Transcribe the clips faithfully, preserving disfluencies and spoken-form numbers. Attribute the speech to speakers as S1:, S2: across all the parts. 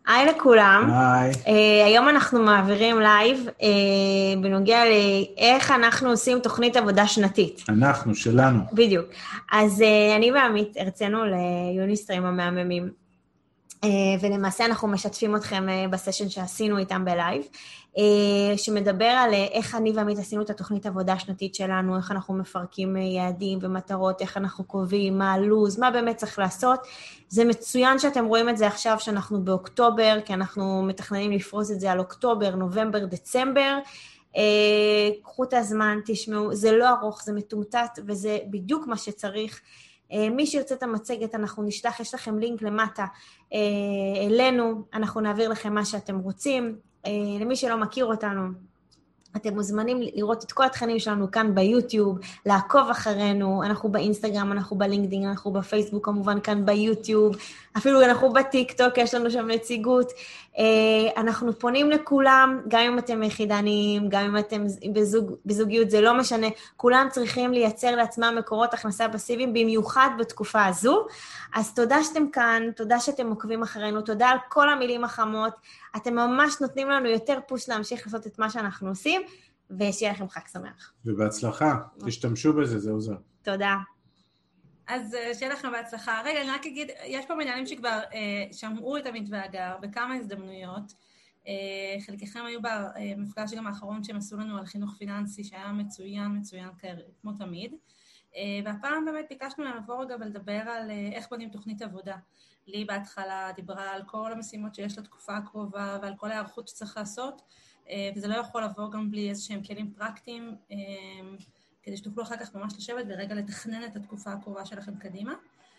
S1: היי לכולם.
S2: היי.
S1: Uh, היום אנחנו מעבירים לייב uh, בנוגע לאיך אנחנו עושים תוכנית עבודה שנתית.
S2: אנחנו, שלנו.
S1: בדיוק. אז uh, אני ועמית הרצינו ליוניסטרים המהממים, uh, ולמעשה אנחנו משתפים אתכם uh, בסשן שעשינו איתם בלייב, uh, שמדבר על uh, איך אני ועמית עשינו את התוכנית עבודה השנתית שלנו, איך אנחנו מפרקים uh, יעדים ומטרות, איך אנחנו קובעים, מה הלוז, מה באמת צריך לעשות. זה מצוין שאתם רואים את זה עכשיו שאנחנו באוקטובר, כי אנחנו מתכננים לפרוס את זה על אוקטובר, נובמבר, דצמבר. אה, קחו את הזמן, תשמעו, זה לא ארוך, זה מטומטט, וזה בדיוק מה שצריך. אה, מי שירצה את המצגת, אנחנו נשלח, יש לכם לינק למטה אה, אלינו, אנחנו נעביר לכם מה שאתם רוצים. אה, למי שלא מכיר אותנו, אתם מוזמנים לראות את כל התכנים שלנו כאן ביוטיוב, לעקוב אחרינו, אנחנו באינסטגרם, אנחנו בלינקדאין, אנחנו בפייסבוק, כמובן כאן ביוטיוב, אפילו אנחנו בטיק-טוק, יש לנו שם נציגות. אנחנו פונים לכולם, גם אם אתם יחידניים, גם אם אתם בזוג, בזוגיות, זה לא משנה, כולם צריכים לייצר לעצמם מקורות הכנסה פסיביים, במיוחד בתקופה הזו. אז תודה שאתם כאן, תודה שאתם עוקבים אחרינו, תודה על כל המילים החמות, אתם ממש נותנים לנו יותר פוש להמשיך לעשות את מה שאנחנו עושים, ושיהיה לכם חג שמח.
S2: ובהצלחה, תשתמשו בזה, זה עוזר.
S1: תודה.
S3: אז שיהיה לכם בהצלחה. רגע, אני רק אגיד, יש פה מנהלים שכבר אה, שמעו את המתווה הגר בכמה הזדמנויות, אה, חלקכם היו במפגש גם האחרון שהם עשו לנו על חינוך פיננסי, שהיה מצוין, מצוין כמו תמיד, אה, והפעם באמת ביקשנו להם לבוא רגע ולדבר על אה, איך בונים תוכנית עבודה. לי בהתחלה דיברה על כל המשימות שיש לתקופה הקרובה ועל כל ההערכות שצריך לעשות, וזה לא יכול לבוא גם בלי איזשהם כלים פרקטיים, כדי שתוכלו אחר כך ממש לשבת ורגע לתכנן את התקופה הקרובה שלכם קדימה.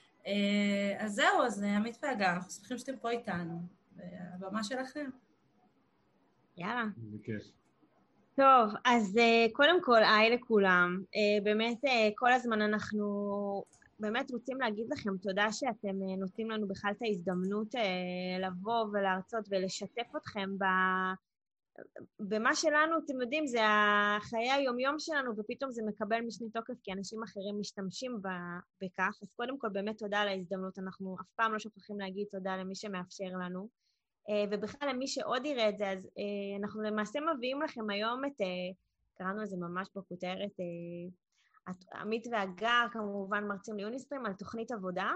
S3: אז זהו, אז עמית והגר, אנחנו שמחים שאתם פה איתנו, והבמה שלכם.
S1: יאללה.
S2: בכיף.
S1: טוב, אז קודם כל, היי לכולם. באמת כל הזמן אנחנו באמת רוצים להגיד לכם תודה שאתם נותנים לנו בכלל את ההזדמנות לבוא ולהרצות ולשתף אתכם ב... במה שלנו, אתם יודעים, זה החיי היומיום שלנו, ופתאום זה מקבל משנה תוקף, כי אנשים אחרים משתמשים בכך. אז קודם כל, באמת תודה על ההזדמנות. אנחנו אף פעם לא שוכחים להגיד תודה למי שמאפשר לנו. ובכלל, למי שעוד יראה את זה, אז אנחנו למעשה מביאים לכם היום את, קראנו לזה ממש בכותרת, עמית והגר, כמובן מרצים ליוניסטרים, על תוכנית עבודה.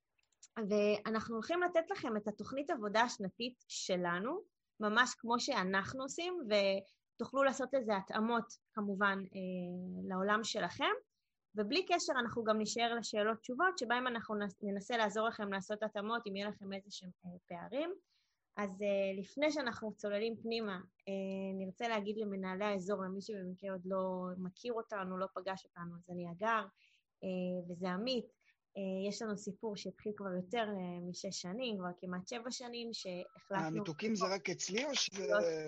S1: ואנחנו הולכים לתת לכם את התוכנית עבודה השנתית שלנו, ממש כמו שאנחנו עושים, ותוכלו לעשות לזה התאמות, כמובן, אה, לעולם שלכם, ובלי קשר אנחנו גם נשאר לשאלות תשובות, שבהם אנחנו ננסה לעזור לכם לעשות התאמות, אם יהיה לכם איזשהם אה, פערים. אז אה, לפני שאנחנו צוללים פנימה, אה, נרצה להגיד למנהלי האזור, למי שבמקרה עוד לא מכיר אותנו, לא פגש אותנו, אז אני אגר, אה, וזה עמית. יש לנו סיפור שהתחיל כבר יותר משש שנים, כבר כמעט שבע שנים, שהחלטנו...
S4: הניתוקים זה רק אצלי או שזה...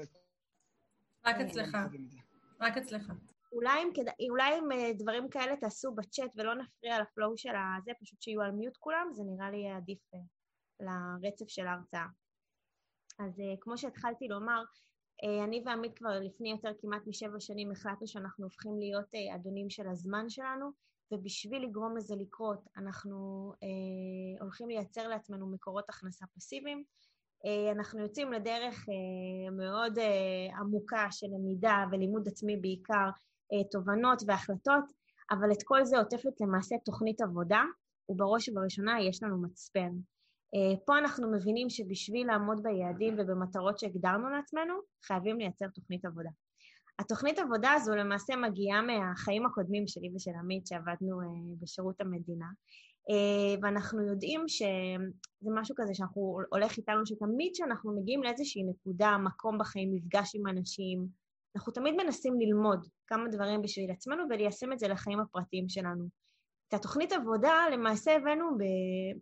S3: רק אצלך. רק אצלך.
S1: אולי אם, אולי אם דברים כאלה תעשו בצ'אט ולא נפריע לפלואו של הזה, פשוט שיהיו על מיוט כולם, זה נראה לי עדיף לרצף של ההרצאה. אז כמו שהתחלתי לומר, אני ועמית כבר לפני יותר כמעט משבע שנים החלטנו שאנחנו הופכים להיות אדונים של הזמן שלנו, ובשביל לגרום לזה לקרות, אנחנו אה, הולכים לייצר לעצמנו מקורות הכנסה פסיביים. אה, אנחנו יוצאים לדרך אה, מאוד אה, עמוקה של למידה ולימוד עצמי בעיקר, אה, תובנות והחלטות, אבל את כל זה עוטפת למעשה תוכנית עבודה, ובראש ובראשונה יש לנו מצפן. אה, פה אנחנו מבינים שבשביל לעמוד ביעדים ובמטרות שהגדרנו לעצמנו, חייבים לייצר תוכנית עבודה. התוכנית עבודה הזו למעשה מגיעה מהחיים הקודמים שלי ושל עמית שעבדנו uh, בשירות המדינה, uh, ואנחנו יודעים שזה משהו כזה שאנחנו הולך איתנו, שתמיד שאנחנו מגיעים לאיזושהי נקודה, מקום בחיים, מפגש עם אנשים, אנחנו תמיד מנסים ללמוד כמה דברים בשביל עצמנו וליישם את זה לחיים הפרטיים שלנו. את התוכנית עבודה למעשה הבאנו, ב...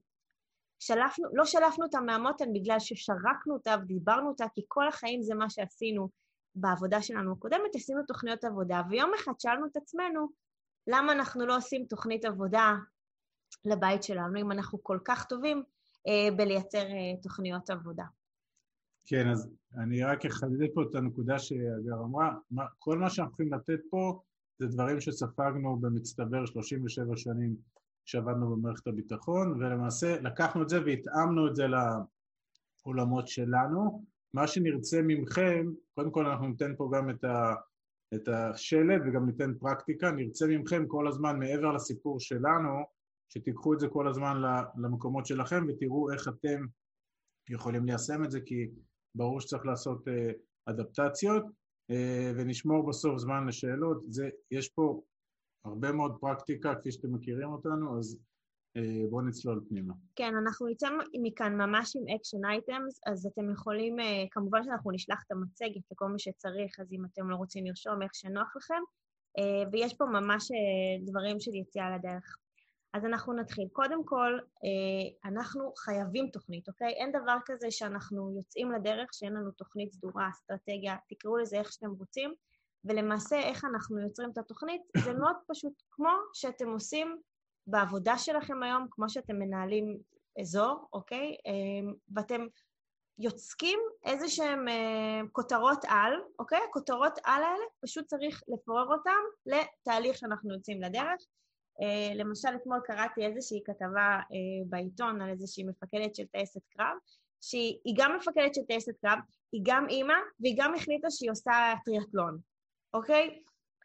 S1: שלפנו, לא שלפנו אותה מהמותן בגלל ששרקנו אותה ודיברנו אותה, כי כל החיים זה מה שעשינו, בעבודה שלנו הקודמת עשינו תוכניות עבודה, ויום אחד שאלנו את עצמנו, למה אנחנו לא עושים תוכנית עבודה לבית שלנו, אם אנחנו כל כך טובים אה, בלייצר אה, תוכניות עבודה.
S2: כן, אז אני רק אחדד פה את הנקודה שהגר אמרה, מה, כל מה שאנחנו יכולים לתת פה, זה דברים שספגנו במצטבר שלושים ושבע שנים שעבדנו במערכת הביטחון, ולמעשה לקחנו את זה והתאמנו את זה העולמות שלנו. מה שנרצה ממכם, קודם כל אנחנו ניתן פה גם את, ה, את השלד וגם ניתן פרקטיקה, נרצה ממכם כל הזמן מעבר לסיפור שלנו, שתיקחו את זה כל הזמן למקומות שלכם ותראו איך אתם יכולים ליישם את זה, כי ברור שצריך לעשות אה, אדפטציות, אה, ונשמור בסוף זמן לשאלות. זה, יש פה הרבה מאוד פרקטיקה, כפי שאתם מכירים אותנו, אז אה, בואו נצלול פנימה.
S1: כן, אנחנו נצא מכאן ממש עם אקשן אייטמס, אז אתם יכולים, אה, כמובן שאנחנו נשלח את המצגת לכל מי שצריך, אז אם אתם לא רוצים לרשום איך שנוח לכם, אה, ויש פה ממש אה, דברים של יציאה לדרך. אז אנחנו נתחיל. קודם כל, אנחנו חייבים תוכנית, אוקיי? אין דבר כזה שאנחנו יוצאים לדרך, שאין לנו תוכנית סדורה, אסטרטגיה, תקראו לזה איך שאתם רוצים, ולמעשה איך אנחנו יוצרים את התוכנית, זה מאוד פשוט, כמו שאתם עושים בעבודה שלכם היום, כמו שאתם מנהלים אזור, אוקיי? ואתם יוצקים איזה שהם כותרות על, אוקיי? הכותרות על האלה, פשוט צריך לפורר אותם לתהליך שאנחנו יוצאים לדרך. Uh, למשל, אתמול קראתי איזושהי כתבה uh, בעיתון על איזושהי מפקדת של טייסת קרב, שהיא גם מפקדת של טייסת קרב, היא גם אימא, והיא גם החליטה שהיא עושה טריאטלון, אוקיי?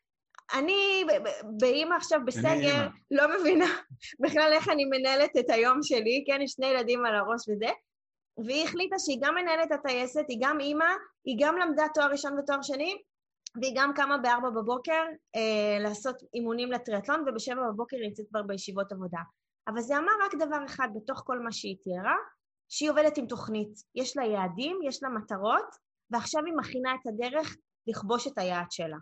S1: אני באימא עכשיו בסגר, לא מבינה בכלל איך אני מנהלת את היום שלי, כן, יש שני ילדים על הראש וזה, והיא החליטה שהיא גם מנהלת את הטייסת, היא גם אימא, היא גם למדה תואר ראשון ותואר שני, והיא גם קמה בארבע בבוקר אה, לעשות אימונים לטריאטלון, ובשבע בבוקר היא נמצאת כבר בישיבות עבודה. אבל זה אמר רק דבר אחד בתוך כל מה שהיא תיארה, שהיא עובדת עם תוכנית. יש לה יעדים, יש לה מטרות, ועכשיו היא מכינה את הדרך לכבוש את היעד שלה.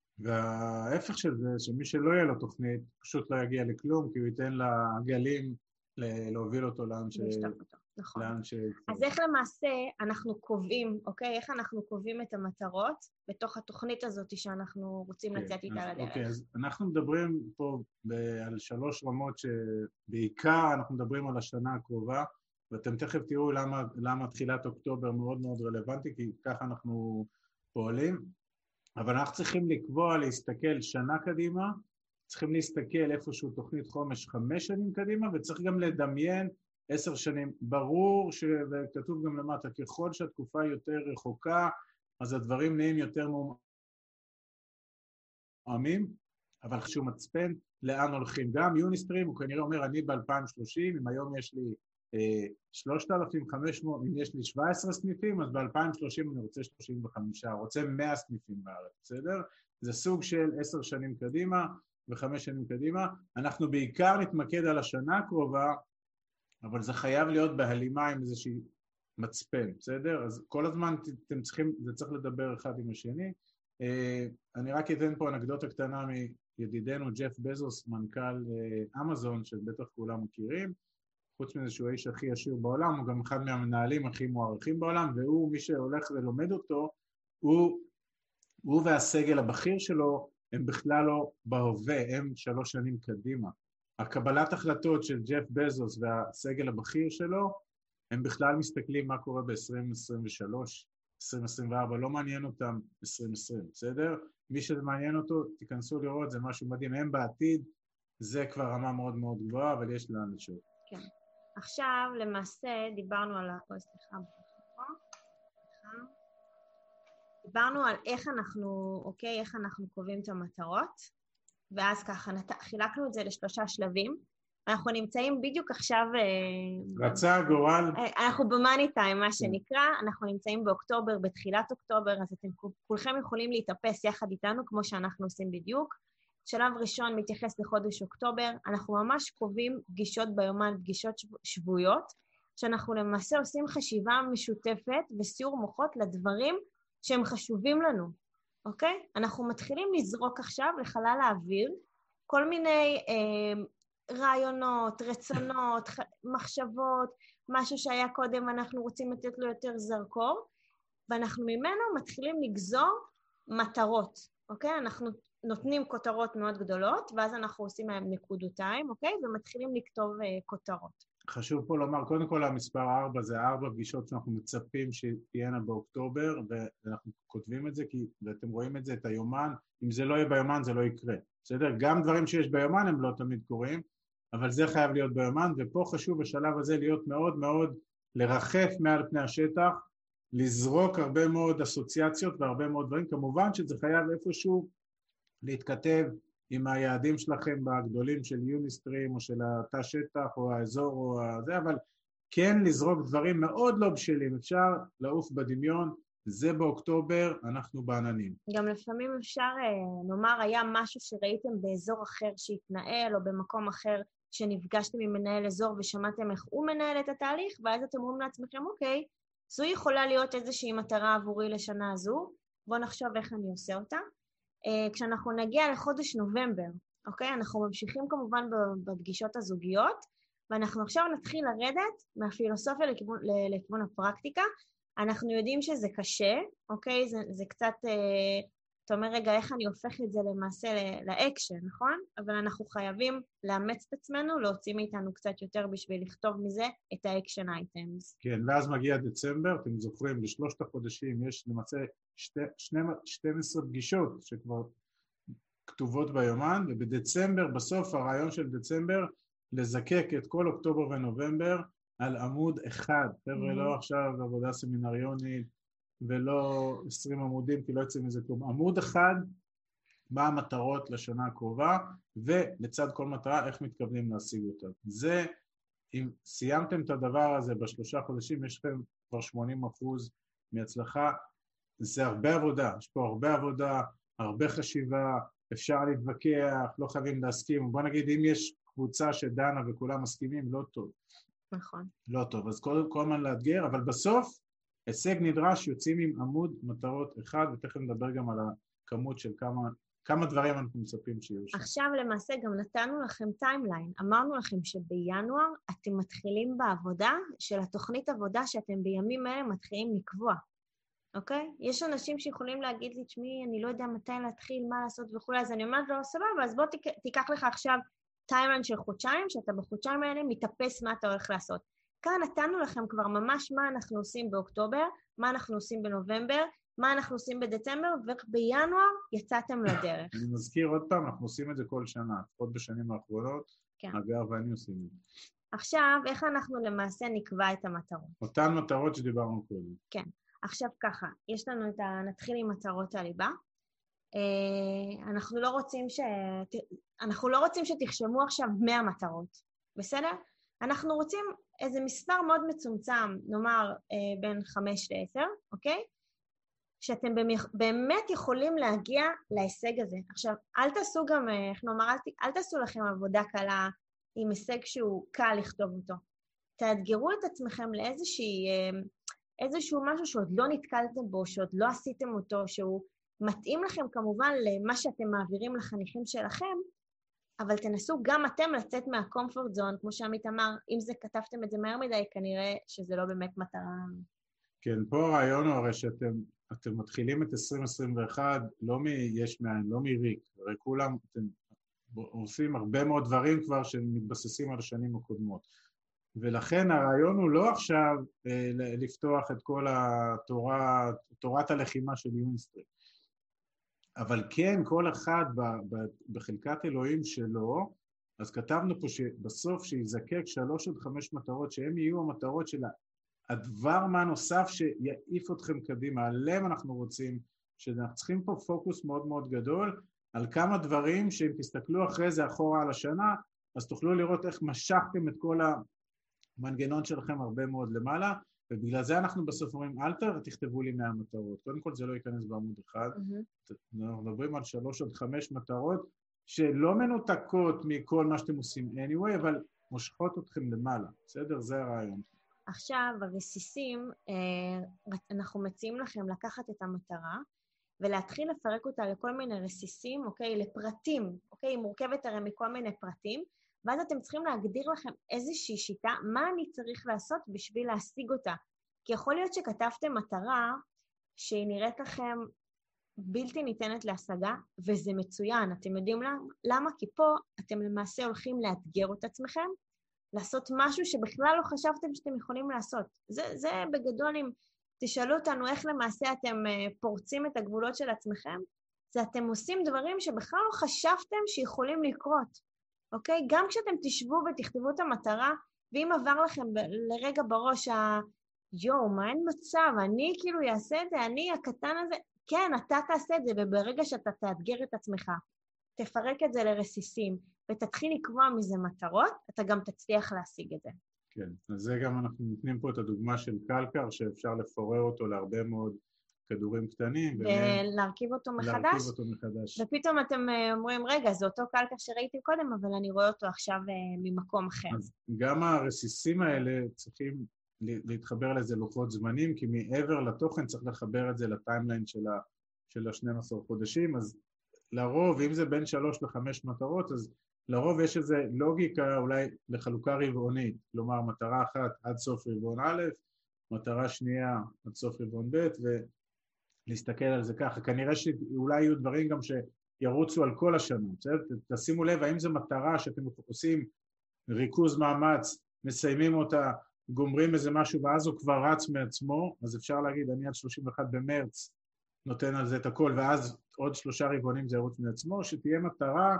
S2: וההפך של זה, שמי שלא יהיה לו תוכנית, פשוט לא יגיע לכלום, כי הוא ייתן לגלים להוביל אותו לאן ש...
S1: נכון.
S2: לאן ש...
S1: אז איך למעשה אנחנו קובעים, אוקיי? איך אנחנו קובעים את המטרות בתוך התוכנית הזאת שאנחנו רוצים לצאת איתה לדרך?
S2: אוקיי, אז אנחנו מדברים פה על שלוש רמות שבעיקר אנחנו מדברים על השנה הקרובה, ואתם תכף תראו למה, למה תחילת אוקטובר מאוד מאוד רלוונטי, כי ככה אנחנו פועלים, אבל אנחנו צריכים לקבוע, להסתכל שנה קדימה, צריכים להסתכל איפשהו תוכנית חומש חמש שנים קדימה, וצריך גם לדמיין עשר שנים. ברור, ש... וכתוב גם למטה, ככל שהתקופה יותר רחוקה, אז הדברים נהיים יותר מועמים, אבל חשוב מצפן לאן הולכים. גם יוניסטרים, הוא כנראה אומר, אני ב-אלפיים שלושים, אם היום יש לי אה, שלושת אלפים וחמש מאות, אם יש לי שבע עשרה סניפים, אז ב-אלפיים שלושים אני רוצה שלושים וחמישה, רוצה מאה סניפים בארץ, בסדר? זה סוג של עשר שנים קדימה וחמש שנים קדימה. אנחנו בעיקר נתמקד על השנה הקרובה, אבל זה חייב להיות בהלימה עם איזושהי מצפן, בסדר? אז כל הזמן אתם צריכים, זה צריך לדבר אחד עם השני. אני רק אתן פה אנקדוטה קטנה מידידנו ג'ף בזוס, מנכ"ל אמזון, שבטח כולם מכירים. חוץ מזה שהוא האיש הכי עשיר בעולם, הוא גם אחד מהמנהלים הכי מוערכים בעולם, והוא, מי שהולך ולומד אותו, הוא, הוא והסגל הבכיר שלו, הם בכלל לא בהווה, הם שלוש שנים קדימה. הקבלת החלטות של ג'ף בזוס והסגל הבכיר שלו, הם בכלל מסתכלים מה קורה ב-עשרים עשרים ושלוש, עשרים עשרים וארבע, לא מעניין אותם עשרים עשרים, בסדר? מי שזה מעניין אותו, תיכנסו לראות, זה משהו מדהים. הם בעתיד, זה כבר רמה מאוד מאוד גבוהה, אבל יש לאן לשאול.
S1: כן. עכשיו, למעשה, דיברנו על ה... אוי, סליחה, דיברנו על איך אנחנו, אוקיי, איך אנחנו קובעים את המטרות, ואז ככה חילקנו את זה לשלושה שלבים. אנחנו נמצאים בדיוק עכשיו...
S2: רצה גורל.
S1: אנחנו במאני טיים, מה שנקרא. אנחנו נמצאים באוקטובר, בתחילת אוקטובר, אז אתם כולכם יכולים להתאפס יחד איתנו, כמו שאנחנו עושים בדיוק. שלב ראשון מתייחס לחודש אוקטובר. אנחנו ממש קובעים פגישות ביומן, פגישות שבועיות, שאנחנו למעשה עושים חשיבה משותפת וסיור מוחות לדברים שהם חשובים לנו. אוקיי? אנחנו מתחילים לזרוק עכשיו לחלל האוויר כל מיני אה, רעיונות, רצונות, מחשבות, משהו שהיה קודם אנחנו רוצים לתת לו יותר זרקור, ואנחנו ממנו מתחילים לגזור מטרות, אוקיי? אנחנו נותנים כותרות מאוד גדולות, ואז אנחנו עושים להם נקודותיים, אוקיי? ומתחילים לכתוב אה, כותרות.
S2: חשוב פה לומר, קודם כל המספר ארבע זה ארבע פגישות שאנחנו מצפים שתהיינה באוקטובר, ואנחנו כותבים את זה, כי אתם רואים את זה, את היומן, אם זה לא יהיה ביומן זה לא יקרה, בסדר? גם דברים שיש ביומן הם לא תמיד קורים, אבל זה חייב להיות ביומן, ופה חשוב בשלב הזה להיות מאוד מאוד לרחף מעל פני השטח, לזרוק הרבה מאוד אסוציאציות והרבה מאוד דברים. כמובן שזה חייב איפשהו להתכתב עם היעדים שלכם בגדולים של יוניסטרים או של התא שטח או האזור או זה, אבל כן לזרוק דברים מאוד לא בשלים. אפשר לעוף בדמיון, זה באוקטובר, אנחנו בעננים.
S1: גם לפעמים אפשר, נאמר, היה משהו שראיתם באזור אחר שהתנהל, או במקום אחר שנפגשתם עם מנהל אזור ושמעתם איך הוא מנהל את התהליך, ואז אתם אומרים לעצמכם, אוקיי, זו יכולה להיות איזושהי מטרה עבורי לשנה הזו, בואו נחשוב איך אני עושה אותה. כשאנחנו נגיע לחודש נובמבר, אוקיי, אנחנו ממשיכים כמובן בפגישות הזוגיות, ואנחנו עכשיו נתחיל לרדת מהפילוסופיה לכיוון, לכיוון הפרקטיקה. אנחנו יודעים שזה קשה, אוקיי? זה, זה קצת, אה, אתה אומר, רגע, איך אני הופך את זה למעשה לאקשן, נכון? אבל אנחנו חייבים לאמץ את עצמנו, להוציא מאיתנו קצת יותר בשביל לכתוב מזה את האקשן אייטמס.
S2: כן, ואז מגיע דצמבר, אתם זוכרים, בשלושת החודשים יש למעשה שתי, שני, שתים עשרה פגישות שכבר כתובות ביומן, ובדצמבר, בסוף הרעיון של דצמבר, לזקק את כל אוקטובר ונובמבר, על עמוד אחד, חבר'ה, לא עכשיו עבודה סמינריונית ולא עשרים עמודים, כי לא יצא מזה כלום. עמוד אחד, מה המטרות לשנה הקרובה, ולצד כל מטרה, איך מתכוונים להשיג אותה. זה, אם סיימתם את הדבר הזה בשלושה חודשים, יש לכם כבר שמונים אחוז מהצלחה, זה הרבה עבודה, יש פה הרבה עבודה, הרבה חשיבה, אפשר להתווכח, לא חייבים להסכים, בוא נגיד, אם יש קבוצה שדנה וכולם מסכימים, לא טוב.
S1: נכון.
S2: לא טוב, אז כל, כל הזמן לאתגר, אבל בסוף הישג נדרש, יוצאים עם עמוד מטרות אחד, ותכף נדבר גם על הכמות של כמה, כמה דברים אנחנו מצפים שיהיו שם.
S1: עכשיו למעשה גם נתנו לכם טיימליין, אמרנו לכם שבינואר אתם מתחילים בעבודה של התוכנית עבודה שאתם בימים אלה מתחילים לקבוע, אוקיי? יש אנשים שיכולים להגיד לי, תשמעי, אני לא יודע מתי להתחיל, מה לעשות וכו', אז אני אומרת לו, סבבה, אז בוא תיקח לך עכשיו טיימליין של חודשיים, שאתה בחודשיים האלה מתאפס מה אתה הולך לעשות. כאן נתנו לכם כבר ממש מה אנחנו עושים באוקטובר, מה אנחנו עושים בנובמבר, מה אנחנו עושים בדצמבר, ובינואר יצאתם לדרך.
S2: אני מזכיר עוד פעם, אנחנו עושים את זה כל שנה, עוד בשנים האחרונות,
S1: כן.
S2: אגב, ואני עושים את זה.
S1: עכשיו, איך אנחנו למעשה נקבע את המטרות?
S2: אותן מטרות שדיברנו קודם.
S1: כן. עכשיו ככה, יש לנו את ה... נתחיל עם מטרות הליבה. אנחנו לא רוצים ש... אנחנו לא רוצים שתחשמו עכשיו מאה מטרות, בסדר? אנחנו רוצים איזה מספר מאוד מצומצם, נאמר בין חמש לעשר, אוקיי? שאתם באמת יכולים להגיע להישג הזה. עכשיו, אל תעשו גם, איך נאמר, אל, אל תעשו לכם עבודה קלה עם הישג שהוא קל לכתוב אותו. תאתגרו את עצמכם לאיזושהי, איזשהו משהו שעוד לא נתקלתם בו, שעוד לא עשיתם אותו, שהוא מתאים לכם כמובן למה שאתם מעבירים לחניכים שלכם, אבל תנסו גם אתם לצאת מהקומפורט זון, כמו שעמית אמר, אם זה כתבתם את זה מהר מדי, כנראה שזה לא באמת מטרה.
S2: כן, פה הרעיון הוא הרי שאתם אתם מתחילים את עשרים עשרים ואחת, לא מיש מאין, לא מריק, הרי כולם, אתם עושים הרבה מאוד דברים כבר שמתבססים על השנים הקודמות. ולכן הרעיון הוא לא עכשיו אה, לפתוח את כל התורה, תורת הלחימה של יוניסטרים. אבל כן, כל אחד ב, ב, בחלקת אלוהים שלו, אז כתבנו פה שבסוף שיזקק שלוש עד חמש מטרות, שהן יהיו המטרות של הדבר מה נוסף שיעיף אתכם קדימה, עליהם אנחנו רוצים, שאנחנו צריכים פה פוקוס מאוד מאוד גדול, על כמה דברים שאם תסתכלו אחרי זה אחורה על השנה, אז תוכלו לראות איך משכתם את כל המנגנון שלכם הרבה מאוד למעלה, ובגלל זה אנחנו בסוף אומרים, אל תכתבו לי מאה מטרות, קודם כל זה לא ייכנס בעמוד אחד, mm-hmm. אנחנו מדברים על שלוש עד חמש מטרות, שלא מנותקות מכל מה שאתם עושים anyway, אבל מושכות אתכם למעלה, בסדר? זה הרעיון.
S1: עכשיו, הרסיסים, אנחנו מציעים לכם לקחת את המטרה, ולהתחיל לפרק אותה לכל מיני רסיסים, אוקיי? לפרטים, אוקיי? היא מורכבת הרי מכל מיני פרטים, ואז אתם צריכים להגדיר לכם איזושהי שיטה, מה אני צריך לעשות בשביל להשיג אותה. כי יכול להיות שכתבתם מטרה שהיא נראית לכם בלתי ניתנת להשגה, וזה מצוין. אתם יודעים למה? כי פה אתם למעשה הולכים לאתגר את עצמכם, לעשות משהו שבכלל לא חשבתם שאתם יכולים לעשות. זה, זה בגדול, אם תשאלו אותנו איך למעשה אתם פורצים את הגבולות של עצמכם, זה אתם עושים דברים שבכלל לא חשבתם שיכולים לקרות. אוקיי? גם כשאתם תשבו ותכתבו את המטרה, ואם עבר לכם ב- לרגע בראש ה... יואו, מה אין מצב? אני כאילו אעשה את זה, אני הקטן הזה, כן, אתה תעשה את זה, וברגע שאתה תאתגר את עצמך, תפרק את זה לרסיסים, ותתחיל לקבוע מזה מטרות, אתה גם תצליח להשיג את זה.
S2: כן, אז זה גם אנחנו נותנים פה את הדוגמה של קלקר, שאפשר לפורר אותו להרבה מאוד כדורים קטנים.
S1: ולהרכיב אותו מחדש.
S2: להרכיב אותו מחדש.
S1: ופתאום אתם אומרים, רגע, זה אותו קלקר שראיתי קודם, אבל אני רואה אותו עכשיו ממקום אחר.
S2: אז גם הרסיסים האלה צריכים להתחבר לזה לוחות זמנים, כי מעבר לתוכן צריך לחבר את זה לטיימליין של ה... של ה-שנים עשר חודשים, אז לרוב, אם זה בין שלוש לחמש מטרות, אז לרוב יש איזו לוגיקה אולי לחלוקה רבעונית, כלומר מטרה אחת עד סוף רבעון א', מטרה שנייה עד סוף רבעון ב', ולהסתכל על זה ככה. כנראה שאולי יהיו דברים גם שירוצו על כל השנה, בסדר? תשימו לב, האם זו מטרה שאתם עושים ריכוז מאמץ, מסיימים אותה, גומרים איזה משהו ואז הוא כבר רץ מעצמו, אז אפשר להגיד, אני עד שלושים ואחד במרץ נותן על זה את הכל, ואז עוד שלושה רבעונים זה ירוץ מעצמו, שתהיה מטרה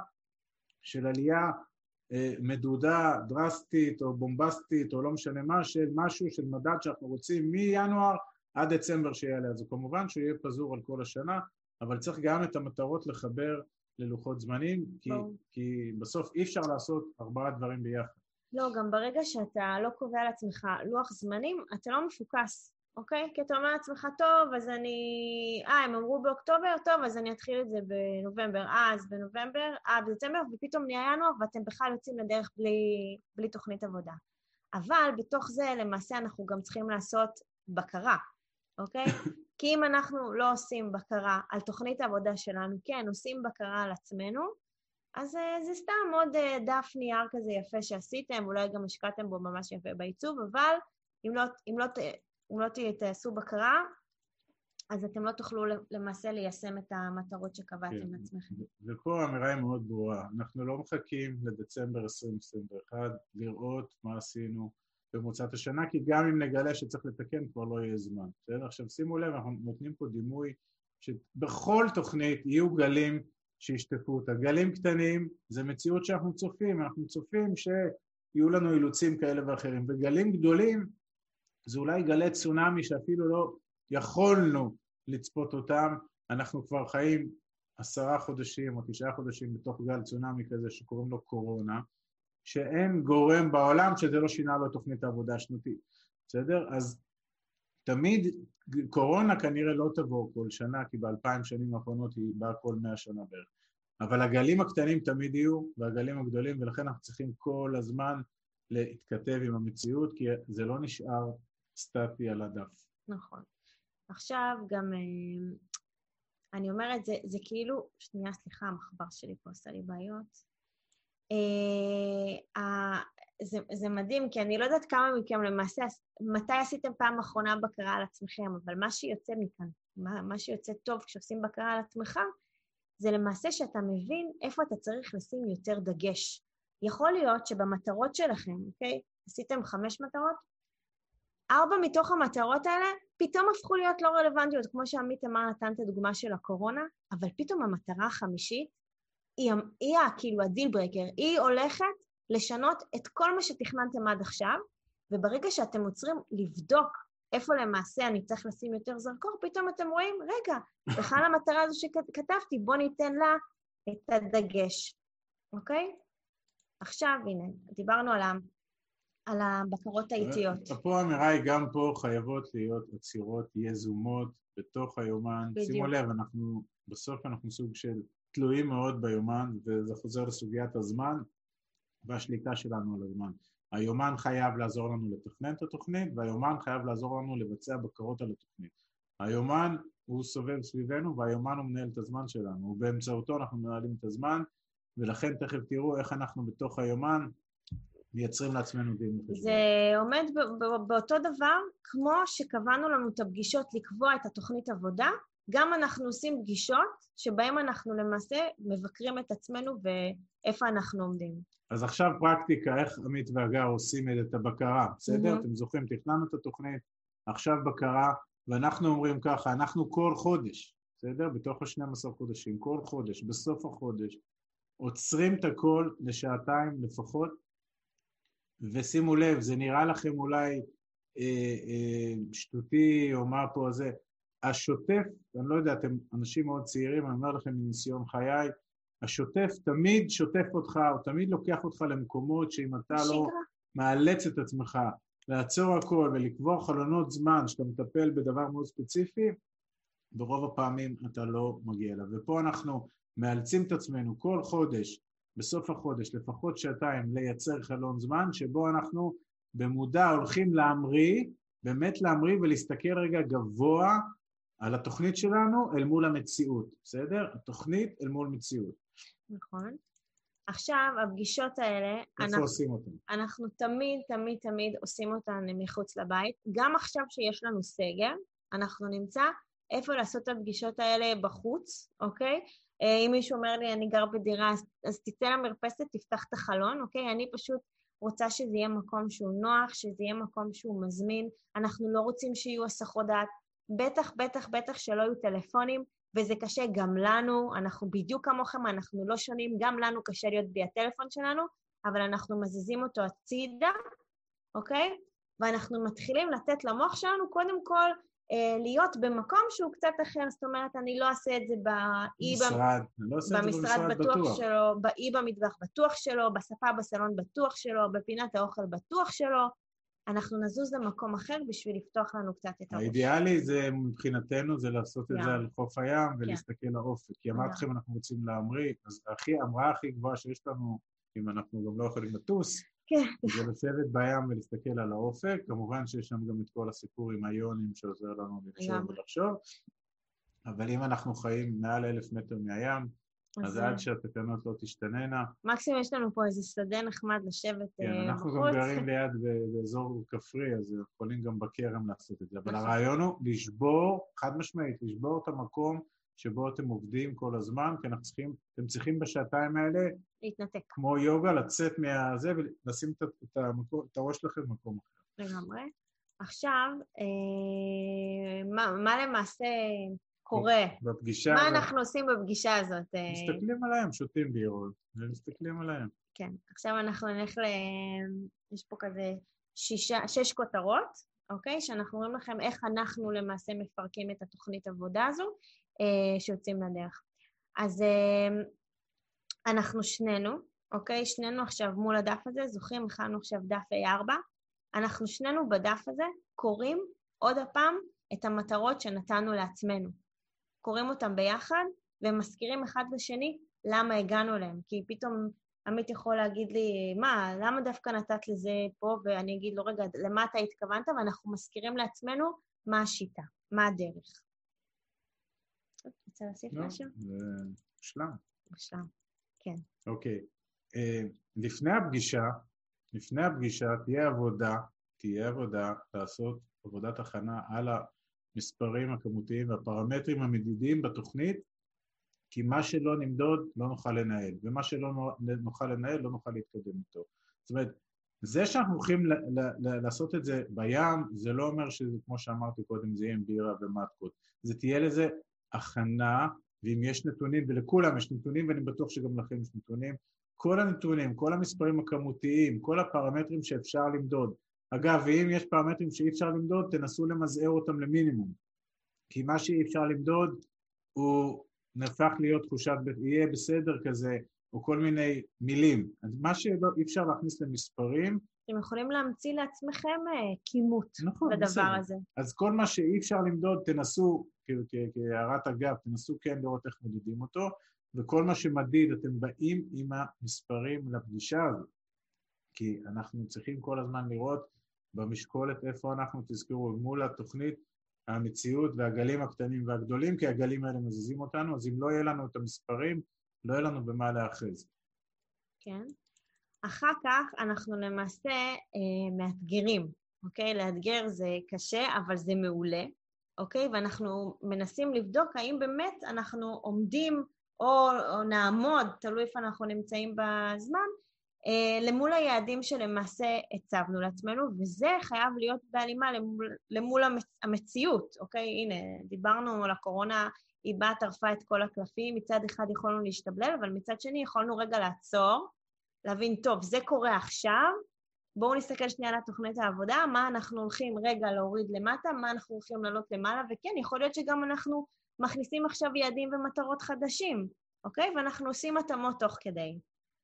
S2: של עלייה אה, מדודה, דרסטית או בומבסטית או לא משנה מה, של משהו, של מדד שאנחנו רוצים מינואר עד דצמבר שיעלה. אז כמובן שהוא יהיה פזור על כל השנה, אבל צריך גם את המטרות לחבר ללוחות זמנים, כי, כי בסוף אי אפשר לעשות ארבעה דברים ביחד.
S1: לא, גם ברגע שאתה לא קובע לעצמך לוח זמנים, אתה לא מפוקס. אוקיי? כי אתה אומר לעצמך, טוב, אז אני... אה, הם אמרו באוקטובר, טוב, אז אני אתחיל את זה בנובמבר. אה, אז בנובמבר, אה, בדצמבר, ופתאום נהיה ינואר, ואתם בכלל יוצאים לדרך בלי, בלי תוכנית עבודה. אבל בתוך זה, למעשה, אנחנו גם צריכים לעשות בקרה, אוקיי? כי אם אנחנו לא עושים בקרה על תוכנית העבודה שלנו, כן, עושים בקרה על עצמנו, אז זה סתם עוד דף נייר כזה יפה שעשיתם, אולי גם השקעתם בו ממש יפה בעיצוב, אבל אם לא... אם לא אם לא תעשו בקרה, אז אתם לא תוכלו למעשה ליישם את המטרות שקבעתם לעצמכם.
S2: ופה האמירה היא מאוד ברורה, אנחנו לא מחכים לדצמבר עשרים עשרים ואחת לראות מה עשינו במוצאת השנה, כי גם אם נגלה שצריך לתקן כבר לא יהיה זמן. עכשיו שימו לב, אנחנו נותנים פה דימוי שבכל תוכנית יהיו גלים שישטפו אותה. גלים קטנים זה מציאות שאנחנו צופים, אנחנו צופים שיהיו לנו אילוצים כאלה ואחרים, וגלים גדולים זה אולי גלי צונאמי שאפילו לא יכולנו לצפות אותם, אנחנו כבר חיים עשרה חודשים או תשעה חודשים בתוך גל צונאמי כזה שקוראים לו קורונה, שאין גורם בעולם שזה לא שינה לו תוכנית העבודה השנתית, בסדר? אז תמיד קורונה כנראה לא תבוא כל שנה, כי באלפיים שנים האחרונות היא באה כל מאה שנה בערך, אבל הגלים הקטנים תמיד יהיו, והגלים הגדולים, ולכן אנחנו צריכים כל הזמן להתכתב עם המציאות, כי זה לא נשאר סטטי על הדף.
S1: נכון. עכשיו גם, אני אומרת, זה, זה כאילו, שנייה, סליחה, המחבר שלי פה עושה לי בעיות. זה, זה מדהים, כי אני לא יודעת כמה מכם למעשה, מתי עשיתם פעם אחרונה בקרה על עצמכם, אבל מה שיוצא מכאן, מה, מה שיוצא טוב כשעושים בקרה על עצמך, זה למעשה שאתה מבין איפה אתה צריך לשים יותר דגש. יכול להיות שבמטרות שלכם, אוקיי? עשיתם חמש מטרות, ארבע מתוך המטרות האלה פתאום הפכו להיות לא רלוונטיות, כמו שעמית אמר, נתן את הדוגמה של הקורונה, אבל פתאום המטרה החמישית, היא, היא כאילו הדיל ברקר, היא הולכת לשנות את כל מה שתכננתם עד עכשיו, וברגע שאתם עוצרים לבדוק איפה למעשה אני צריך לשים יותר זרקור, פתאום אתם רואים, רגע, בכלל המטרה הזו שכתבתי, בוא ניתן לה את הדגש, אוקיי? עכשיו, הנה, דיברנו על ה... על הבקרות האיטיות.
S2: פה האמירה היא גם פה חייבות להיות עצירות יזומות בתוך היומן. בדיוק. שימו לב, אנחנו, בסוף אנחנו סוג של תלויים מאוד ביומן, וזה חוזר לסוגיית הזמן והשליטה שלנו על הזמן. היומן חייב לעזור לנו לתכנן את התוכנית, והיומן חייב לעזור לנו לבצע בקרות על התוכנית. היומן הוא סובב סביבנו, והיומן הוא מנהל את הזמן שלנו, ובאמצעותו אנחנו מנהלים את הזמן, ולכן תכף תראו איך אנחנו בתוך היומן, מייצרים לעצמנו דין.
S1: זה עומד באותו דבר, כמו שקבענו לנו את הפגישות לקבוע את התוכנית עבודה, גם אנחנו עושים פגישות שבהן אנחנו למעשה מבקרים את עצמנו ואיפה אנחנו עומדים.
S2: אז עכשיו פרקטיקה, איך עמית והגר עושים את הבקרה, בסדר? Mm-hmm. אתם זוכרים, תכננו את התוכנית, עכשיו בקרה, ואנחנו אומרים ככה, אנחנו כל חודש, בסדר? בתוך ה-שנים עשר חודשים, כל חודש, בסוף החודש, עוצרים את הכל לשעתיים לפחות, ושימו לב, זה נראה לכם אולי אה, אה, שטותי או מה פה זה, השוטף, אני לא יודע, אתם אנשים מאוד צעירים, אני אומר לכם מניסיון חיי, השוטף תמיד שוטף אותך, או תמיד לוקח אותך למקומות שאם אתה לא מאלץ את עצמך לעצור הכל ולקבוע חלונות זמן שאתה מטפל בדבר מאוד ספציפי, ברוב הפעמים אתה לא מגיע אליו. ופה אנחנו מאלצים את עצמנו כל חודש, בסוף החודש, לפחות שעתיים, לייצר חלון זמן, שבו אנחנו במודע הולכים להמריא, באמת להמריא ולהסתכל רגע גבוה על התוכנית שלנו אל מול המציאות, בסדר? התוכנית אל מול מציאות.
S1: נכון. עכשיו, הפגישות האלה,
S2: איפה
S1: אנחנו,
S2: עושים אותן?
S1: אנחנו תמיד, תמיד, תמיד עושים אותן מחוץ לבית. גם עכשיו שיש לנו סגר, אנחנו נמצא איפה לעשות את הפגישות האלה בחוץ, אוקיי? אם מישהו אומר לי, אני גר בדירה, אז, אז תצא למרפסת, תפתח את החלון, אוקיי? אני פשוט רוצה שזה יהיה מקום שהוא נוח, שזה יהיה מקום שהוא מזמין. אנחנו לא רוצים שיהיו הסחות דעת. בטח, בטח, בטח שלא יהיו טלפונים, וזה קשה גם לנו, אנחנו בדיוק כמוכם, אנחנו לא שונים, גם לנו קשה להיות בלי הטלפון שלנו, אבל אנחנו מזיזים אותו הצידה, אוקיי? ואנחנו מתחילים לתת למוח שלנו, קודם כל, אה, להיות במקום שהוא קצת אחר, זאת אומרת, אני לא אעשה את זה באי
S2: משרד, אני לא עושה את זה
S1: במשרד
S2: במשרד
S1: בטוח
S2: בטוח.
S1: שלו, באי במטבח בטוח שלו, בספה בסלון בטוח שלו, בפינת האוכל בטוח שלו, אנחנו נזוז למקום אחר בשביל לפתוח לנו קצת את הראש.
S2: האידיאלי זה מבחינתנו, זה לעשות את
S1: ים.
S2: זה על חוף הים ולהסתכל לאופק. כי אמרתי
S1: ים.
S2: לכם, אנחנו רוצים להמריא, אז הכי, המראה הכי גבוהה שיש לנו, אם אנחנו גם לא יכולים לטוס,
S1: כן.
S2: זה לשבת בים ולהסתכל על האופק. כמובן שיש שם גם את כל הסיפור עם היונים שעוזר לנו לחשוב
S1: ים.
S2: ולחשוב. אבל אם אנחנו חיים מעל אלף מטר מהים, אז
S1: אז
S2: עד שהתקנות לא תשתננה.
S1: מקסימום יש לנו פה איזה שדה נחמד לשבת
S2: כן,
S1: אה,
S2: אנחנו
S1: בחוץ.
S2: גם גרים ליד ב- באזור כפרי, אז יכולים גם בכרם לעשות את זה. אבל
S1: נכון.
S2: הרעיון הוא לשבור, חד משמעית, לשבור את המקום שבו אתם עובדים כל הזמן, כי אנחנו צריכים, אתם צריכים בשעתיים האלה,
S1: להתנתק
S2: כמו יוגה, לצאת מהזה ולשים את, את, המקום, את הראש שלכם במקום אחר.
S1: לגמרי. עכשיו, אה, מה, מה למעשה קורה?
S2: בפגישה
S1: מה
S2: הזאת,
S1: אנחנו עושים בפגישה הזאת? אה,
S2: מסתכלים עליהם, שותים בירות, ומסתכלים עליהם.
S1: כן, עכשיו אנחנו נלך ל... יש פה כזה שישה, שש כותרות, אוקיי? שאנחנו רואים לכם איך אנחנו למעשה מפרקים את התוכנית עבודה הזו, אה, שיוצאים לדרך. אז אה, אנחנו שנינו, אוקיי? שנינו עכשיו מול הדף הזה, זוכרים, הכנו עכשיו דף איי ארבע, אנחנו שנינו בדף הזה קוראים עוד הפעם את המטרות שנתנו לעצמנו. קוראים אותם ביחד ומזכירים אחד לשני למה הגענו להם. כי פתאום עמית יכול להגיד לי, מה, למה דווקא נתת לזה פה? ואני אגיד לו, רגע, למה אתה התכוונת? ואנחנו מזכירים לעצמנו מה השיטה, מה הדרך. רוצה להוסיף משהו?
S2: זה שלם.
S1: בשלם, כן.
S2: אוקיי. לפני הפגישה, לפני הפגישה תהיה עבודה, תהיה עבודה לעשות עבודת הכנה על המספרים הכמותיים והפרמטרים המדידים בתוכנית, כי מה שלא נמדוד לא נוכל לנהל, ומה שלא נוכל לנהל לא נוכל להתקדם איתו. זאת אומרת, זה שאנחנו הולכים ל- ל- ל- לעשות את זה בים, זה לא אומר שזה, כמו שאמרתי קודם, זה יהיה עם בירה ומטקות. זה תהיה לזה הכנה, ואם יש נתונים, ולכולם יש נתונים, ואני בטוח שגם לכם יש נתונים, כל הנתונים, כל המספרים הכמותיים, כל הפרמטרים שאפשר למדוד. אגב, ואם יש פרמטרים שאי אפשר למדוד, תנסו למזער אותם למינימום. כי מה שאי אפשר למדוד, הוא נהפך להיות תחושת, יהיה בסדר כזה, או כל מיני מילים. אז מה שאי אפשר להכניס למספרים...
S1: אתם יכולים להמציא לעצמכם כימות
S2: נכון,
S1: לדבר
S2: בסדר.
S1: הזה.
S2: אז כל מה שאי אפשר למדוד, תנסו, כהערת אגב, תנסו כן לראות איך מודדים אותו, וכל מה שמדיד, אתם באים עם המספרים לפגישה הזאת. כי אנחנו צריכים כל הזמן לראות במשקולת איפה אנחנו, תזכרו, מול התוכנית, המציאות והגלים הקטנים והגדולים, כי הגלים האלה מזיזים אותנו, אז אם לא יהיה לנו את המספרים, לא יהיה לנו במה להאחז.
S1: כן. אחר כך אנחנו למעשה אה, מאתגרים, אוקיי? לאתגר זה קשה, אבל זה מעולה, אוקיי? ואנחנו מנסים לבדוק האם באמת אנחנו עומדים או, או נעמוד, תלוי איפה אנחנו נמצאים בזמן, אה, למול היעדים שלמעשה הצבנו לעצמנו, וזה חייב להיות בהלימה למול, למול המצ, המציאות, אוקיי? הנה, דיברנו על הקורונה, היא באה, טרפה את כל הקלפים, מצד אחד יכולנו להשתבלל, אבל מצד שני יכולנו רגע לעצור, להבין, טוב, זה קורה עכשיו, בואו נסתכל שנייה על התוכנית העבודה, מה אנחנו הולכים רגע להוריד למטה, מה אנחנו הולכים לעלות למעלה, וכן, יכול להיות שגם אנחנו מכניסים עכשיו יעדים ומטרות חדשים, אוקיי? ואנחנו עושים התאמות תוך כדי.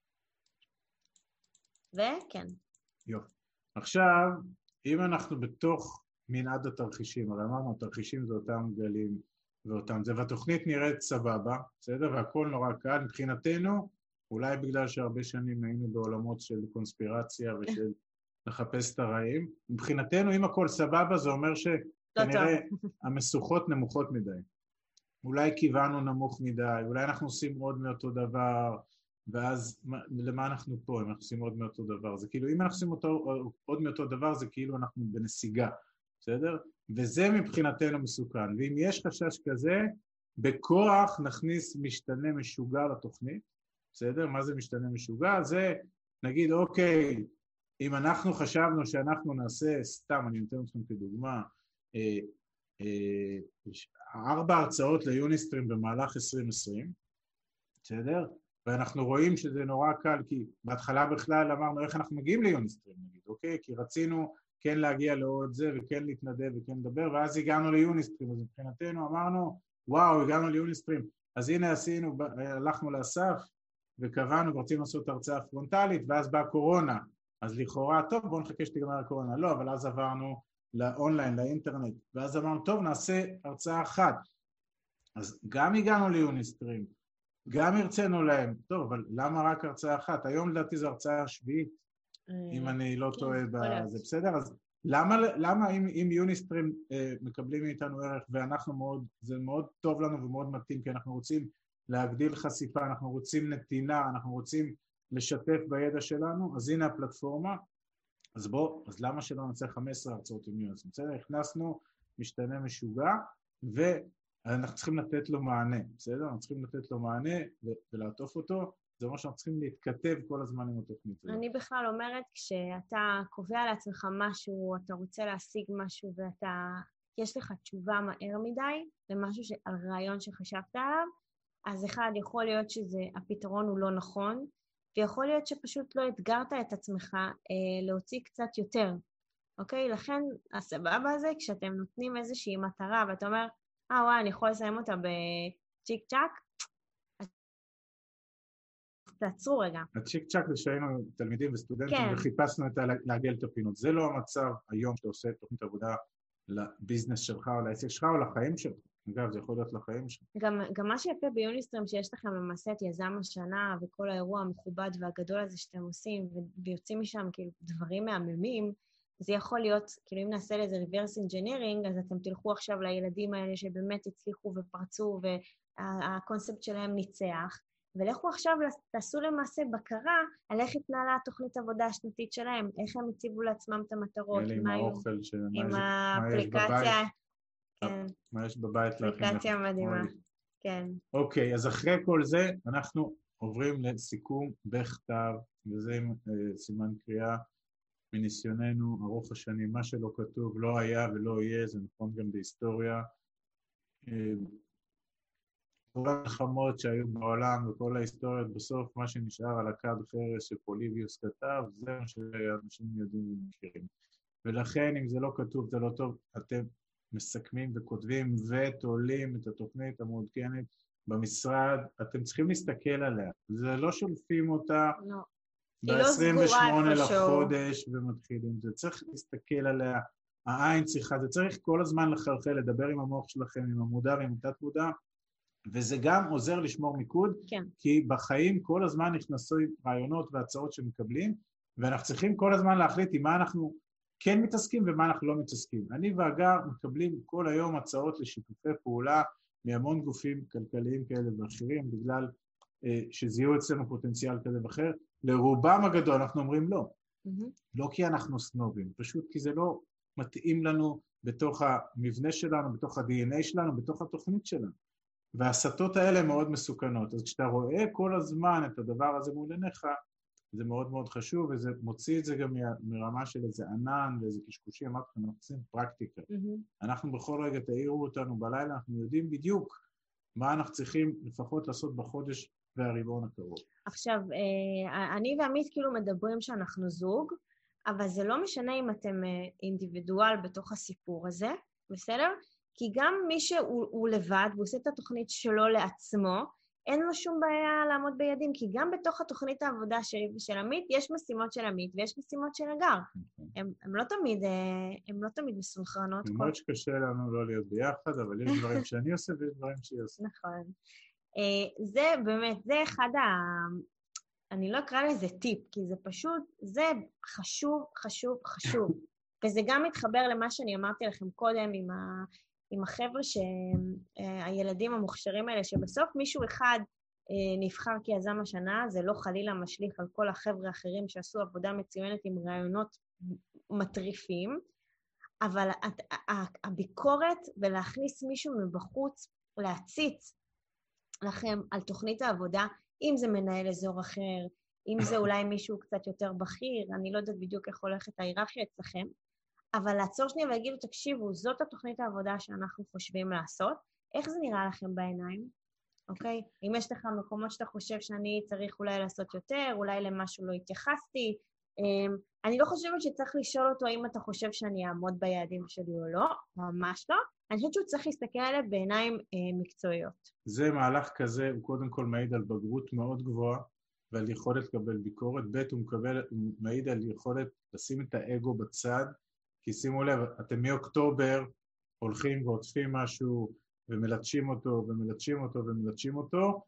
S1: וכן.
S2: יופי. עכשיו, אם אנחנו בתוך מנעד התרחישים, הרי אמרנו, התרחישים זה אותם גלים ואותם זה, והתוכנית נראית סבבה, בסדר? והכל נורא קל. מבחינתנו, אולי בגלל שהרבה שנים היינו בעולמות של קונספירציה ושל לחפש את הרעים, מבחינתנו, אם הכל סבבה, זה אומר שכנראה המשוכות נמוכות מדי. אולי כיוונו נמוך מדי, אולי אנחנו עושים עוד מאותו דבר, ואז למה אנחנו פה, אם אנחנו עושים עוד מאותו דבר? זה כאילו, אם אנחנו עושים אותו, עוד מאותו דבר, זה כאילו אנחנו בנסיגה, בסדר? וזה מבחינתנו מסוכן. ואם יש חשש כזה, בכוח נכניס משתנה משוגע לתוכנית, בסדר? מה זה משתנה משוגע? זה, נגיד, אוקיי, אם אנחנו חשבנו שאנחנו נעשה, סתם, אני נותן אתכם כדוגמה, אה, אה, ארבע הרצאות ליוניסטרים במהלך עשרים עשרים, בסדר? ואנחנו רואים שזה נורא קל, כי בהתחלה בכלל אמרנו איך אנחנו מגיעים ליוניסטרים, נגיד, אוקיי? כי רצינו כן להגיע לעוד זה, וכן להתנדב וכן לדבר, ואז הגענו ליוניסטרים, אז מבחינתנו אמרנו, וואו, הגענו ליוניסטרים, אז הנה עשינו, הלכנו לאסף, וקבענו, ורצינו לעשות הרצאה פרונטלית, ואז באה קורונה, אז לכאורה, טוב, בואו נחכה שתגמר הקורונה, לא, אבל אז עברנו לאונליין, לאינטרנט, ואז אמרנו, טוב, נעשה הרצאה אחת, אז גם הגענו ליוניסטרים, גם הרצינו להם, טוב, אבל למה רק הרצאה אחת? היום לדעתי זו הרצאה השביעית, אם אני לא טועה בזה, בסדר? אז למה, למה אם, אם יוניסטרים אה, מקבלים מאיתנו ערך, ואנחנו מאוד, זה מאוד טוב לנו ומאוד מתאים, כי אנחנו רוצים להגדיל חשיפה, אנחנו רוצים נתינה, אנחנו רוצים לשתף בידע שלנו, אז הנה הפלטפורמה, אז בוא, אז למה שלא נצא חמש עשרה הרצאות עם יוניסטרים? בסדר? הכנסנו משתנה משוגע, ו... אנחנו צריכים לתת לו מענה, בסדר? אנחנו צריכים לתת לו מענה ולעטוף אותו, זה אומר שאנחנו צריכים להתכתב כל הזמן עם התוכנית.
S1: אני בכלל אומרת, כשאתה קובע לעצמך משהו, אתה רוצה להשיג משהו ואתה, יש לך תשובה מהר מדי, למשהו על רעיון שחשבת עליו, אז אחד, יכול להיות שהפתרון הוא לא נכון, ויכול להיות שפשוט לא אתגרת את עצמך אה, להוציא קצת יותר, אוקיי? לכן הסבבה הזה, כשאתם נותנים איזושהי מטרה ואתה אומר, אה, וואי, אני יכול לסיים אותה בצ'יק צ'ק? תעצרו רגע.
S2: הצ'יק צ'ק זה שהיינו תלמידים וסטודנטים
S1: כן.
S2: וחיפשנו את לעגל את הפינות. זה לא המצב היום שאתה עושה תוכנית עבודה לביזנס שלך או לעסק שלך או לחיים שלך. אגב, זה יכול להיות לחיים שלך.
S1: גם, גם מה שיפה ביוניסטרים שיש לכם למעשה את יזם השנה וכל האירוע המכובד והגדול הזה שאתם עושים ויוצאים משם כאילו דברים מהממים, זה יכול להיות, כאילו אם נעשה לזה reverse engineering, אז אתם תלכו עכשיו לילדים האלה שבאמת הצליחו ופרצו והקונספט שלהם ניצח, ולכו עכשיו תעשו למעשה בקרה על איך התנהלה התוכנית עבודה השנתית שלהם, איך הם הציבו לעצמם את המטרות,
S2: עם האוכל,
S1: עם האפליקציה, כן.
S2: מה יש בבית?
S1: אפליקציה מדהימה, כן.
S2: אוקיי, אז אחרי כל זה אנחנו עוברים לסיכום בכתב, וזה עם סימן קריאה, מניסיוננו ארוך השנים, מה שלא כתוב לא היה ולא יהיה, זה נכון גם בהיסטוריה. כל המלחמות שהיו בעולם וכל ההיסטוריות, בסוף מה שנשאר על הכד חרס שפוליביוס כתב, זה מה שאנשים יודעים ומכירים. ולכן אם זה לא כתוב, זה לא טוב, אתם מסכמים וכותבים ותולים את התוכנית המעודכנת במשרד, אתם צריכים להסתכל עליה, זה לא שולפים אותה,
S1: לא.
S2: ב-עשרים ושמונה לחודש ומתחילים, זה צריך להסתכל עליה, העין צריכה, זה צריך כל הזמן לחלחל, לדבר עם המוח שלכם, עם המודע ועם התת מודע, וזה גם עוזר לשמור מיקוד,
S1: כן.
S2: כי בחיים כל הזמן נכנסו רעיונות והצעות שמקבלים, ואנחנו צריכים כל הזמן להחליט עם מה אנחנו כן מתעסקים ומה אנחנו לא מתעסקים. אני והגר מקבלים כל היום הצעות לשיתופי פעולה מהמון גופים כלכליים כאלה ואחרים, בגלל אה, שזיהו אצלנו פוטנציאל כזה ואחר, לרובם הגדול אנחנו אומרים לא. Mm-hmm. לא כי אנחנו סנובים, פשוט כי זה לא מתאים לנו בתוך המבנה שלנו, בתוך ה-די אן איי שלנו, בתוך התוכנית שלנו. והסתות האלה מאוד מסוכנות. אז כשאתה רואה כל הזמן את הדבר הזה מול עיניך, זה מאוד מאוד חשוב, וזה מוציא את זה גם מרמה של איזה ענן ואיזה קשקושי, אמרתי לכם, אנחנו עושים פרקטיקה. Mm-hmm. אנחנו בכל רגע תעירו אותנו בלילה, אנחנו יודעים בדיוק מה אנחנו צריכים לפחות לעשות בחודש והרבעון הקרוב.
S1: עכשיו, אני ועמית כאילו מדברים שאנחנו זוג, אבל זה לא משנה אם אתם אינדיבידואל בתוך הסיפור הזה, בסדר? כי גם מי שהוא לבד, והוא עושה את התוכנית שלו לעצמו, אין לו שום בעיה לעמוד ביעדים, כי גם בתוך התוכנית העבודה שלי ושל עמית, יש משימות של עמית ויש משימות של אגר. הם, הם לא תמיד, הם לא תמיד מסונכרנות.
S2: מאוד שקשה לנו לא להיות ביחד, אבל יש דברים שאני עושה ויש דברים שהיא עושה.
S1: נכון. זה באמת, זה אחד ה... אני לא אקרא לזה טיפ, כי זה פשוט, זה חשוב, חשוב, חשוב. וזה גם מתחבר למה שאני אמרתי לכם קודם עם ה... עם החבר'ה שהילדים המוכשרים האלה, שבסוף מישהו אחד נבחר כיזם השנה, זה לא חלילה משליך על כל החבר'ה האחרים שעשו עבודה מצוינת עם רעיונות מטריפים, אבל הביקורת ולהכניס מישהו מבחוץ, להציץ לכם על תוכנית העבודה, אם זה מנהל אזור אחר, אם זה אולי מישהו קצת יותר בכיר, אני לא יודעת בדיוק איך הולכת ההיררכיה אצלכם, אבל לעצור שנייה ויגידו, תקשיבו, זאת התוכנית העבודה שאנחנו חושבים לעשות, איך זה נראה לכם בעיניים? אוקיי? אם יש לך מקומות שאתה חושב שאני צריך אולי לעשות יותר, אולי למשהו לא התייחסתי, אני לא חושבת שצריך לשאול אותו אם אתה חושב שאני אעמוד ביעדים שלי או לא, ממש לא, אני חושבת שהוא צריך להסתכל עליה בעיניים מקצועיות.
S2: זה מהלך כזה, הוא קודם כל מעיד על בגרות מאוד גבוהה, ועל יכולת לקבל ביקורת, ב' הוא מקבל, הוא מעיד על יכולת לשים את האגו בצד, כי שימו לב, אתם מאוקטובר הולכים ועוטפים משהו, ומלטשים אותו, ומלטשים אותו, ומלטשים אותו,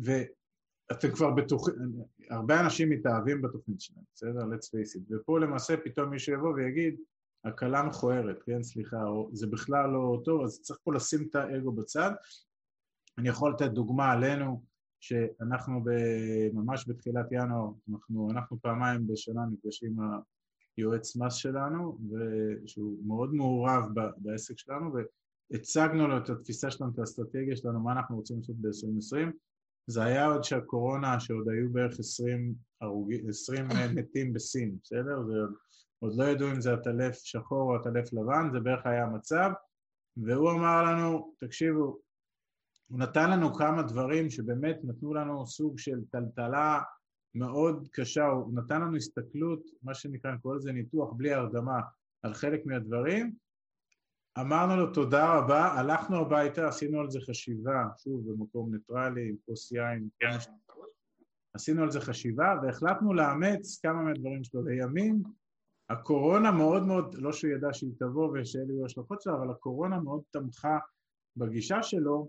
S2: ואתם כבר בטוחים, הרבה אנשים מתאהבים בתוכנית שלהם, בסדר? Let's face it. ופה למעשה פתאום מישהו יבוא ויגיד, הקלה מכוערת, כן, סליחה, או זה בכלל לא טוב, אז צריך פה לשים את האגו בצד. אני יכול לתת דוגמה עלינו, שאנחנו ממש בתחילת ינואר, אנחנו, אנחנו פעמיים בשנה נפגשים עם היועץ מס שלנו, שהוא מאוד מעורב בעסק שלנו, והצגנו לו את התפיסה שלנו, את האסטרטגיה שלנו, מה אנחנו רוצים לעשות ב-עשרים עשרים. זה היה עוד שהקורונה, שעוד היו בערך עשרים, עשרים מתים בסין, בסדר? ועוד לא ידעו אם זה הטלף שחור או הטלף לבן, זה בערך היה המצב, והוא אמר לנו, תקשיבו, הוא נתן לנו כמה דברים שבאמת נתנו לנו סוג של טלטלה מאוד קשה, הוא נתן לנו הסתכלות, מה שנקרא, כל זה ניתוח בלי הרדמה על חלק מהדברים, אמרנו לו תודה רבה, הלכנו הביתה, עשינו על זה חשיבה, שוב במקום ניטרלי, עם כוס יין, עשינו על זה חשיבה והחלטנו לאמץ כמה מהדברים שלו. לימים, הקורונה מאוד מאוד, לא שהוא ידע שהיא תבוא ושאלה יהיו השלכות שלה, אבל הקורונה מאוד תמכה בגישה שלו,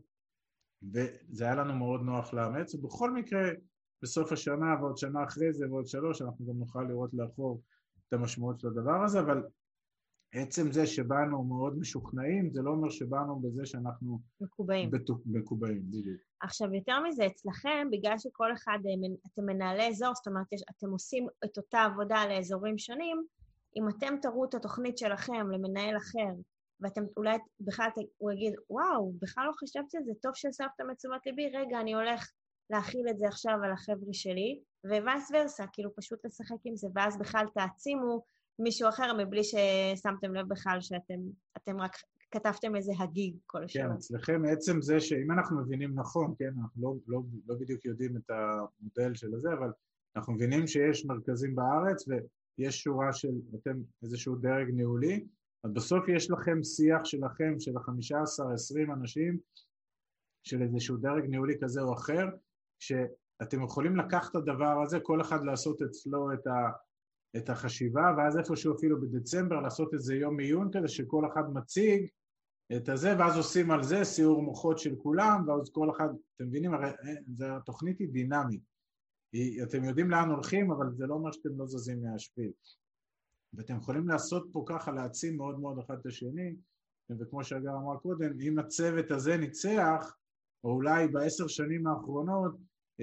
S2: וזה היה לנו מאוד נוח לאמץ, ובכל מקרה, בסוף השנה ועוד שנה אחרי זה ועוד שלוש, אנחנו גם נוכל לראות לאחור את המשמעות של הדבר הזה, אבל עצם זה שבאנו מאוד משוכנעים, זה לא אומר שבאנו בזה שאנחנו
S1: מקובעים.
S2: בטוח, מקובעים, בדיוק.
S1: עכשיו, יותר מזה, אצלכם, בגלל שכל אחד, אתם מנהלי אזור, זאת אומרת, אתם עושים את אותה עבודה לאזורים שונים, אם אתם תראו את התוכנית שלכם למנהל אחר, ואתם אולי בכלל, הוא יגיד, וואו, בכלל לא חשבתי על זה, טוב שהסבתם את תשומת ליבי, רגע, אני הולך להכיל את זה עכשיו על החבר'ה שלי, ווייס ורסה, כאילו פשוט לשחק עם זה, ואז בכלל תעצימו מישהו אחר, מבלי ששמתם לב בכלל שאתם אתם רק כתבתם איזה הגיג כל השאלה.
S2: כן, אצלכם עצם זה שאם אנחנו מבינים נכון, כן, אנחנו לא, לא, לא בדיוק יודעים את המודל של הזה, אבל אנחנו מבינים שיש מרכזים בארץ, ויש שורה של, אתם איזשהו דרג ניהולי, אז בסוף יש לכם שיח שלכם, של ה-חמישה עשר עשרים אנשים, של איזשהו דרג ניהולי כזה או אחר, שאתם יכולים לקחת את הדבר הזה, כל אחד לעשות אצלו את ה... את החשיבה, ואז איפשהו אפילו בדצמבר לעשות איזה יום עיון כזה, שכל אחד מציג את הזה, ואז עושים על זה סיור מוחות של כולם, ואז כל אחד, אתם מבינים, הרי התוכנית היא דינמית, היא, אתם יודעים לאן הולכים, אבל זה לא אומר שאתם לא זזים מהשפיל, ואתם יכולים לעשות פה ככה, להעצים מאוד מאוד אחד את השני, וכמו שאגר אמר קודם, אם הצוות הזה ניצח, או אולי בעשר שנים האחרונות,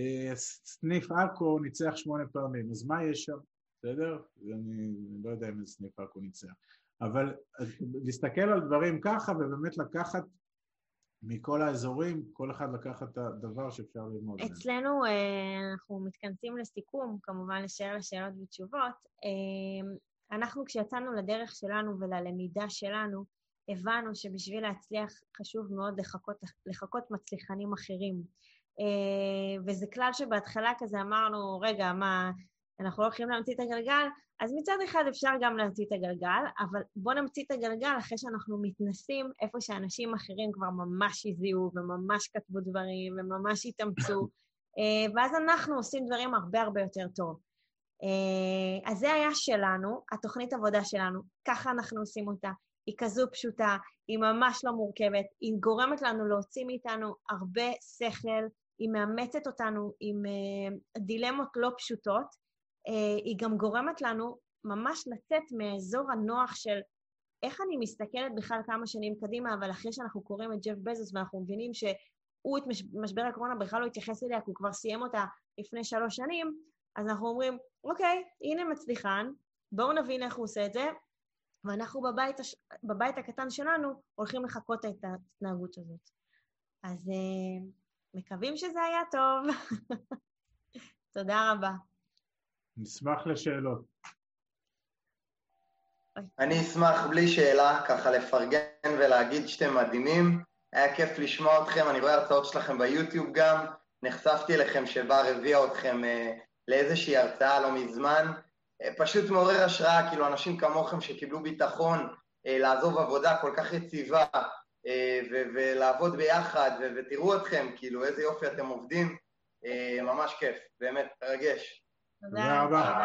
S2: סניף עכו ניצח שמונה פעמים, אז מה יש שם? בסדר? אני לא יודע אם איזה סניף עכו ניצח. אבל להסתכל על דברים ככה, ובאמת לקחת מכל האזורים, כל אחד לקחת את הדבר שאפשר ללמוד.
S1: אצלנו אנחנו מתכנסים לסיכום, כמובן לשאר לשאלות ותשובות. אנחנו כשיצאנו לדרך שלנו וללמידה שלנו, הבנו שבשביל להצליח חשוב מאוד לחכות, לחכות מצליחנים אחרים. וזה כלל שבהתחלה כזה אמרנו, רגע, מה... אנחנו לא הולכים להמציא את הגלגל, אז מצד אחד אפשר גם להמציא את הגלגל, אבל בואו נמציא את הגלגל אחרי שאנחנו מתנסים איפה שאנשים אחרים כבר ממש הזיעו וממש כתבו דברים וממש התאמצו, ואז אנחנו עושים דברים הרבה הרבה יותר טוב. אז זה היה שלנו, התוכנית עבודה שלנו, ככה אנחנו עושים אותה, היא כזו פשוטה, היא ממש לא מורכבת, היא גורמת לנו להוציא מאיתנו הרבה שכל, היא מאמצת אותנו עם דילמות לא פשוטות, היא גם גורמת לנו ממש לצאת מאזור הנוח של איך אני מסתכלת בכלל כמה שנים קדימה, אבל אחרי שאנחנו קוראים את ג'ף בזוס ואנחנו מבינים שהוא את משבר הקורונה בכלל לא התייחס אליה, כי הוא כבר סיים אותה לפני שלוש שנים, אז אנחנו אומרים, אוקיי, הנה מצליחן, בואו נבין איך הוא עושה את זה, ואנחנו בבית, הש... בבית הקטן שלנו הולכים לחכות את ההתנהגות הזאת. אז uh, מקווים שזה היה טוב. תודה רבה.
S2: נשמח לשאלות.
S5: אני אשמח בלי שאלה, ככה לפרגן ולהגיד שאתם מדהימים. היה כיף לשמוע אתכם, אני רואה הרצאות שלכם ביוטיוב גם. נחשפתי לכם שבר הביאה אתכם אה, לאיזושהי הרצאה לא מזמן. אה, פשוט מעורר השראה, כאילו אנשים כמוכם שקיבלו ביטחון אה, לעזוב עבודה כל כך יציבה אה, ו- ולעבוד ביחד, ו- ותראו אתכם, כאילו איזה יופי אתם עובדים. אה, ממש כיף, באמת, תרגש.
S2: תודה רבה.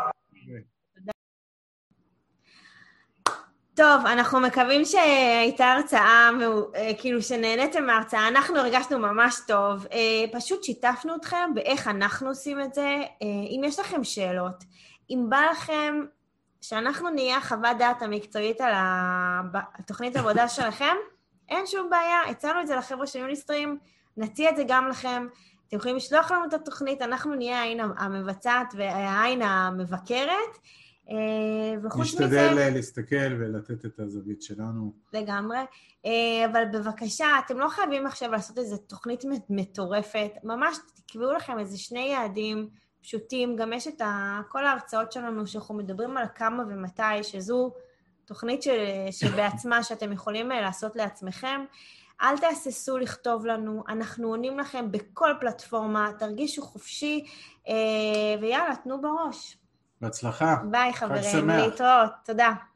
S1: טוב, אנחנו מקווים שהייתה הרצאה, כאילו שנהניתם מההרצאה, אנחנו הרגשנו ממש טוב, פשוט שיתפנו אתכם באיך אנחנו עושים את זה. אם יש לכם שאלות, אם בא לכם שאנחנו נהיה חוות דעת המקצועית על התוכנית העבודה שלכם, אין שום בעיה, הצענו את זה לחבר'ה של יוניסטרים, נציע את זה גם לכם, אתם יכולים לשלוח לנו את התוכנית, אנחנו נהיה העין המבצעת והעין המבקרת,
S2: נשתדל להסתכל ולתת את הזווית שלנו.
S1: לגמרי, אבל בבקשה, אתם לא חייבים עכשיו לעשות איזו תוכנית מטורפת, ממש תקבעו לכם איזה שני יעדים פשוטים, גם יש את כל ההרצאות שלנו שאנחנו מדברים על כמה ומתי, שזו תוכנית שבעצמה שאתם יכולים לעשות לעצמכם, אל תהססו לכתוב לנו, אנחנו עונים לכם בכל פלטפורמה, תרגישו חופשי, ויאללה, תנו בראש.
S2: בהצלחה.
S1: ביי חברים, להתראות, תודה.